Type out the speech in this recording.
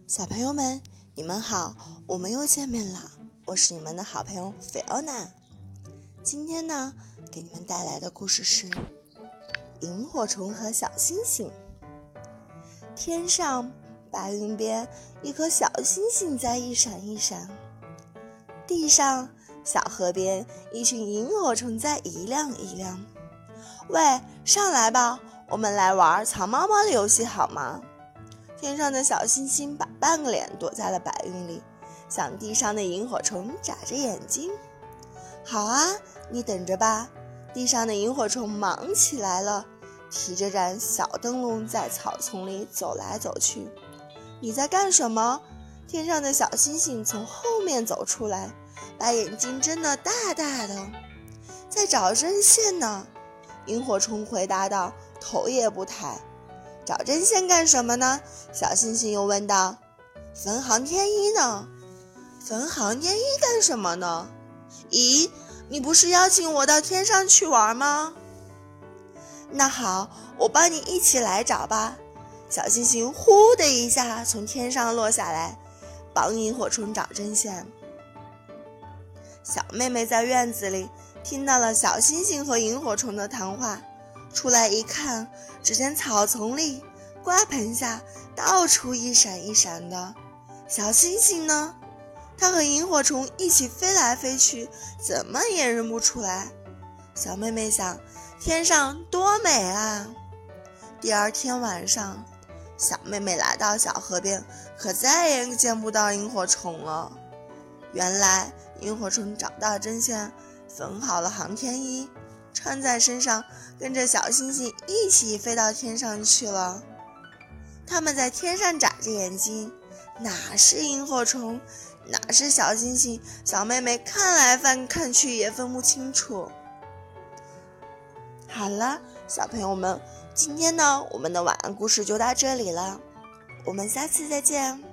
小朋友们，你们好，我们又见面了，我是你们的好朋友菲欧娜。今天呢，给你们带来的故事是萤火虫和小星星。天上白云边，一颗小星星在一闪一闪；地上小河边，一群萤火虫在一亮一亮。喂，上来吧，我们来玩藏猫猫的游戏好吗？天上的小星星把半个脸躲在了白云里，向地上的萤火虫眨着眼睛。好啊，你等着吧。地上的萤火虫忙起来了，提着盏小灯笼在草丛里走来走去。你在干什么？天上的小星星从后面走出来，把眼睛睁得大大的。在找针线呢。萤火虫回答道，头也不抬。找针线干什么呢？小星星又问道。缝航天衣呢。缝航天衣干什么呢？咦，你不是邀请我到天上去玩吗？那好，我帮你一起来找吧。小星星呼的一下从天上落下来，帮萤火虫找针线。小妹妹在院子里听到了小星星和萤火虫的谈话，出来一看，只见草丛里、瓜棚下到处一闪一闪的。小星星呢？它和萤火虫一起飞来飞去，怎么也认不出来。小妹妹想，天上多美啊！第二天晚上，小妹妹来到小河边，可再也见不到萤火虫了。原来萤火虫找到针线，缝好了航天衣，穿在身上，跟着小星星一起飞到天上去了。他们在天上眨着眼睛，哪是萤火虫，哪是小星星，小妹妹看来看去也分不清楚。好了，小朋友们，今天呢，我们的晚安故事就到这里了，我们下次再见。